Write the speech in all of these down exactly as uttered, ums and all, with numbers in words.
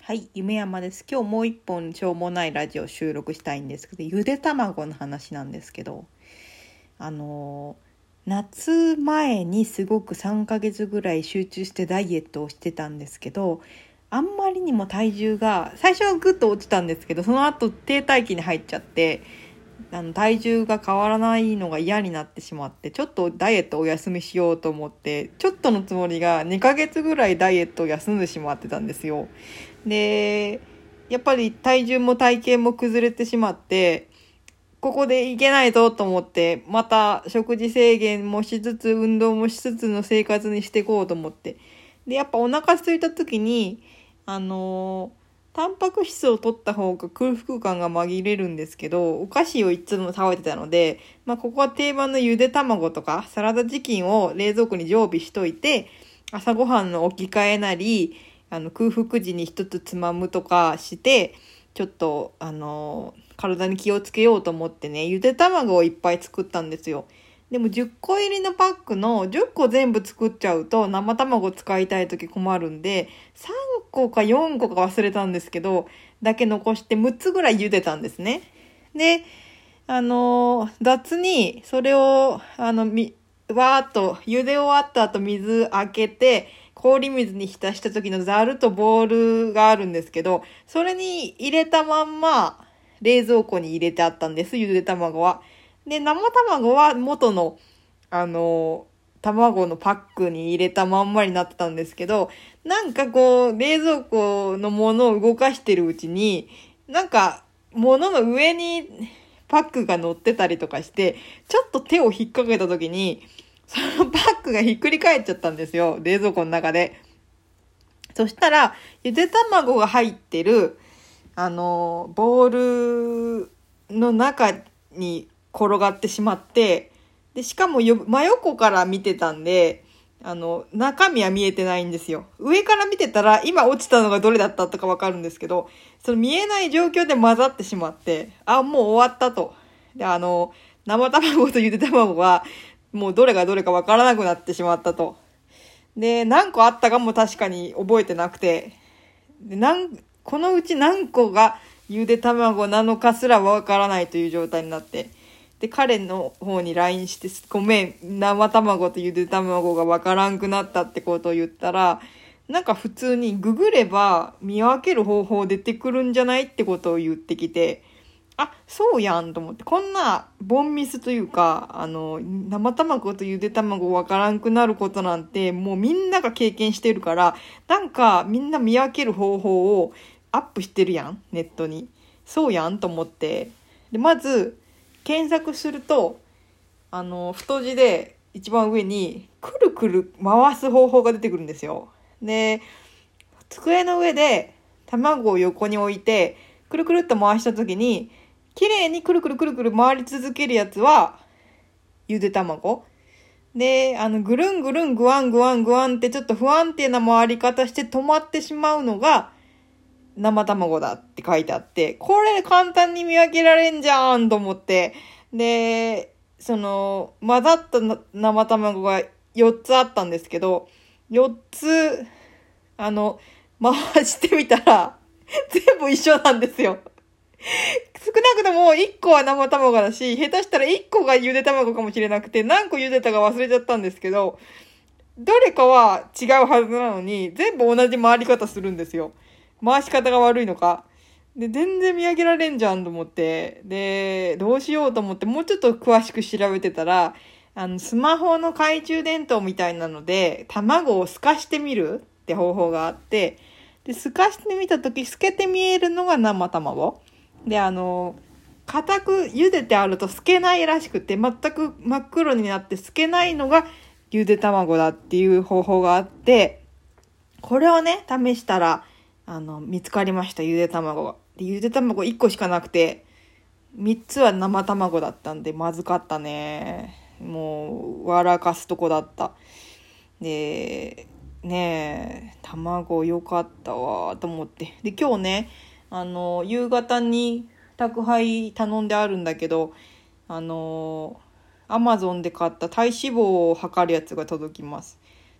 はい、夢山です。今日もう一本しょうもないラジオ収録したいんですけど、ゆで卵の話なんですけど、あの夏前にすごくさんかげつぐらい集中してダイエットをしてたんですけど、あんまりにも体重が最初はぐっと落ちたんですけど、その後停滞期に入っちゃって、あの体重が変わらないのが嫌になってしまって、ちょっとダイエットをお休みしようと思って、ちょっとのつもりがにかげつぐらいダイエットを休んでしまってたんですよ。でやっぱり体重も体型も崩れてしまって、ここでいけないぞと思って、また食事制限もしつつ運動もしつつの生活にしていこうと思って、でやっぱお腹空いた時にあのータンパク質を取った方が空腹感が紛れるんですけど、お菓子をいつも食べてたので、まあここは定番のゆで卵とかサラダチキンを冷蔵庫に常備しといて、朝ごはんの置き換えなり、あの空腹時に一つつまむとかして、ちょっとあの体に気をつけようと思ってね、ゆで卵をいっぱい作ったんですよ。でもじゅっこ入りのパックのじゅっこ全部作っちゃうと生卵使いたい時困るんで、さんこかよんこか忘れたんですけどだけ残してむっつぐらい茹でたんですね。であの雑にそれをあのみわーっと茹で終わった後水開けて氷水に浸した時のザルとボウルがあるんですけど、それに入れたまんま冷蔵庫に入れてあったんです、ゆで卵は。で生卵は元のあの卵のパックに入れたまんまになってたんですけど、なんかこう冷蔵庫のものを動かしてるうちに、なんか物の上にパックが乗ってたりとかして、ちょっと手を引っ掛けた時にそのパックがひっくり返っちゃったんですよ、冷蔵庫の中で。そしたらゆで卵が入ってるあのボウルの中に転がってしまって、でしかもよ真横から見てたんで、あの中身は見えてないんですよ。上から見てたら今落ちたのがどれだったとかわかるんですけど、その見えない状況で混ざってしまって、あもう終わったと。であの生卵とゆで卵はもうどれがどれかわからなくなってしまったと。で何個あったかも確かに覚えてなくて、でなんこのうち何個がゆで卵なのかすらわからないという状態になって、で彼の方に ライン して、ごめん生卵とゆで卵がわからんくなったってことを言ったら、なんか普通にググれば見分ける方法出てくるんじゃないってことを言ってきて、あそうやんと思って、こんなボンミスというか、あの生卵とゆで卵わからんくなることなんてもうみんなが経験してるから、なんかみんな見分ける方法をアップしてるやんネットに。そうやんと思って、でまず検索すると、あの太字で一番上にくるくる回す方法が出てくるんですよ。で机の上で卵を横に置いてくるくるっと回した時に綺麗にくるくるくるくる回り続けるやつはゆで卵で、あのぐるんぐるんぐわんぐわんぐわんってちょっと不安定な回り方して止まってしまうのが生卵だって書いてあって、これ簡単に見分けられんじゃんと思って、でその混ざった生卵がよっつあったんですけど、よっつあの回してみたら全部一緒なんですよ。少なくともいっこは生卵だし、下手したらいっこがゆで卵かもしれなくて、何個ゆでたか忘れちゃったんですけど、どれかは違うはずなのに全部同じ回り方するんですよ。回し方が悪いのか。で、全然見分けられんじゃんと思って、で、どうしようと思ってもうちょっと詳しく調べてたら、あの、スマホの懐中電灯みたいなので、卵を透かしてみるって方法があって、で、透かしてみたとき、透けて見えるのが生卵。で、あの、固く茹でてあると透けないらしくて、全く真っ黒になって透けないのがゆで卵だっていう方法があって、これをね、試したら、あの、見つかりました、ゆで卵が。で、ゆで卵いっこしかなくて、みっつは生卵だったんで、まずかったね。もう、笑かすとこだった。で、ねえ、卵良かったわ、と思って。で、今日ね、あの、夕方に宅配頼んであるんだけど、あの、アマゾンで買った体脂肪を測るやつが届きます。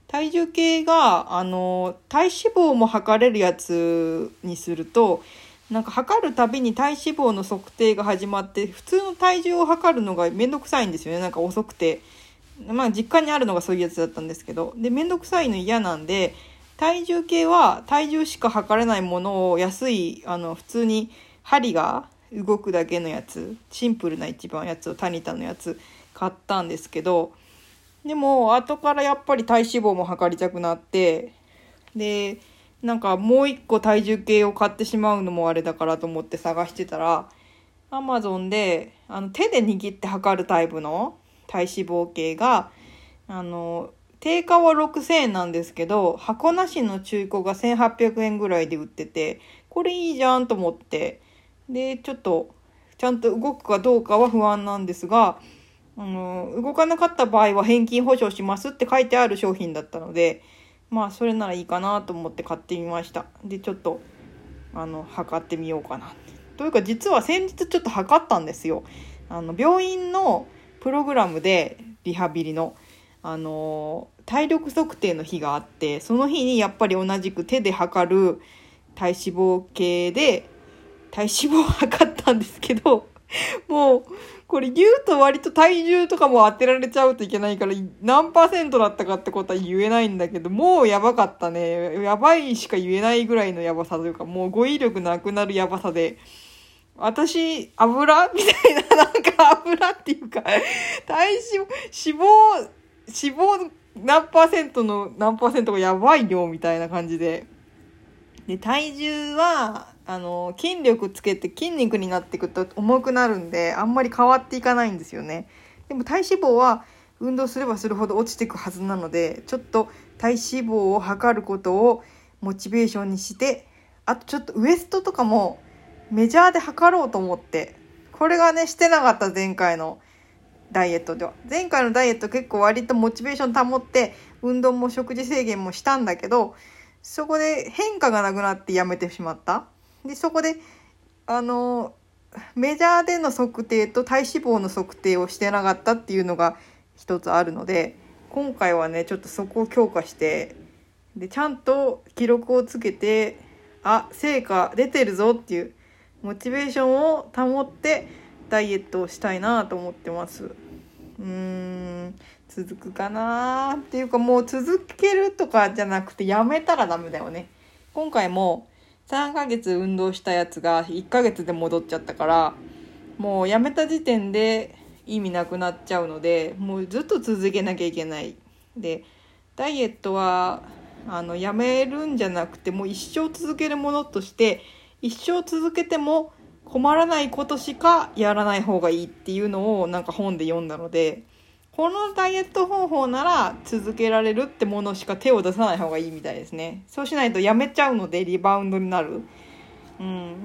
体重計があの体脂肪も測れるやつにすると、なんか測るたびに体脂肪の測定が始まって、普通の体重を測るのがめんどくさいんですよね。なんか遅くて、まあ実家にあるのがそういうやつだったんですけど、でめんどくさいの嫌なんで、体重計は体重しか測れないものを安いあの普通に針が動くだけのやつ、シンプルな一番やつをタニタのやつ買ったんですけど、でも後からやっぱり体脂肪も測りたくなって、でなんかもう一個体重計を買ってしまうのもあれだからと思って探してたら、アマゾンであの手で握って測るタイプの体脂肪計があの定価はろくせんえんなんですけど、箱なしの中古がせんはっぴゃくえんぐらいで売ってて、これいいじゃんと思って、でちょっとちゃんと動くかどうかは不安なんですが、あの動かなかった場合は返金保証しますって書いてある商品だったので、まあそれならいいかなと思って買ってみました。でちょっとあの測ってみようかなというか、実は先日ちょっと測ったんですよ。あの病院のプログラムでリハビリのあの体力測定の日があって、その日にやっぱり同じく手で測る体脂肪計で体脂肪を測ったんですけど、もうこれ言うと割と体重とかも当てられちゃうといけないから、何パーセントだったかってことは言えないんだけど、もうやばかったね。やばいしか言えないぐらいのやばさというか、もう語彙力なくなるやばさで、私油みたいな、なんか油っていうか体脂肪脂肪脂肪何パーセントの何パーセントがやばいよみたいな感じで、で体重はあの筋力つけて筋肉になっていくと重くなるんで、あんまり変わっていかないんですよね。でも体脂肪は運動すればするほど落ちていくはずなので、ちょっと体脂肪を測ることをモチベーションにして、あとちょっとウエストとかもメジャーで測ろうと思って、これがねしてなかった。前回のダイエットでは前回のダイエット結構割とモチベーション保って運動も食事制限もしたんだけど、そこで変化がなくなってやめてしまった。でそこであのメジャーでの測定と体脂肪の測定をしてなかったっていうのが一つあるので、今回はねちょっとそこを強化して、でちゃんと記録をつけて、あ成果出てるぞっていうモチベーションを保ってダイエットをしたいなと思ってます。うーん続くかなっていうか、もう続けるとかじゃなくてやめたらダメだよね。今回もさんかげつ運動したやつがいっかげつで戻っちゃったから、もうやめた時点で意味なくなっちゃうので、もうずっと続けなきゃいけない。でダイエットはあのやめるんじゃなくて、もう一生続けるものとして、一生続けても困らないことしかやらない方がいいっていうのをなんか本で読んだので、このダイエット方法なら続けられるってものしか手を出さない方がいいみたいですね。そうしないとやめちゃうのでリバウンドになる。うん、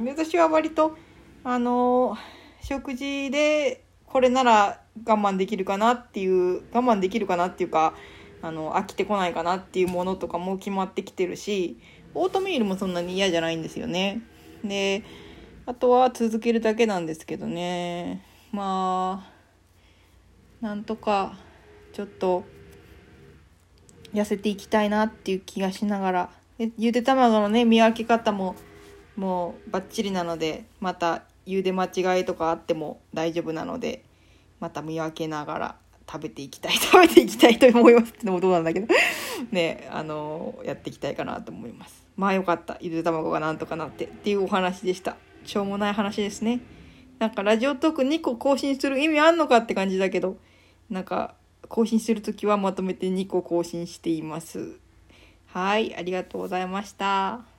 私は割とあの食事でこれなら我慢できるかなっていう我慢できるかなっていうかあの飽きてこないかなっていうものとかも決まってきてるし、オートミールもそんなに嫌じゃないんですよね。であとは続けるだけなんですけどね。まあなんとかちょっと痩せていきたいなっていう気がしながら、ゆで卵のね見分け方ももうバッチリなので、また茹で間違いとかあっても大丈夫なので、また見分けながら食べていきたい食べていきたいと思いますってのもどうなんだけどね、あのやっていきたいかなと思います。まあよかった、ゆで卵がなんとかなってっていうお話でした。しょうもない話ですね。なんかラジオトークにこ更新する意味あんのかって感じだけど、なんか更新するときはまとめてにこ更新しています。はい、ありがとうございました。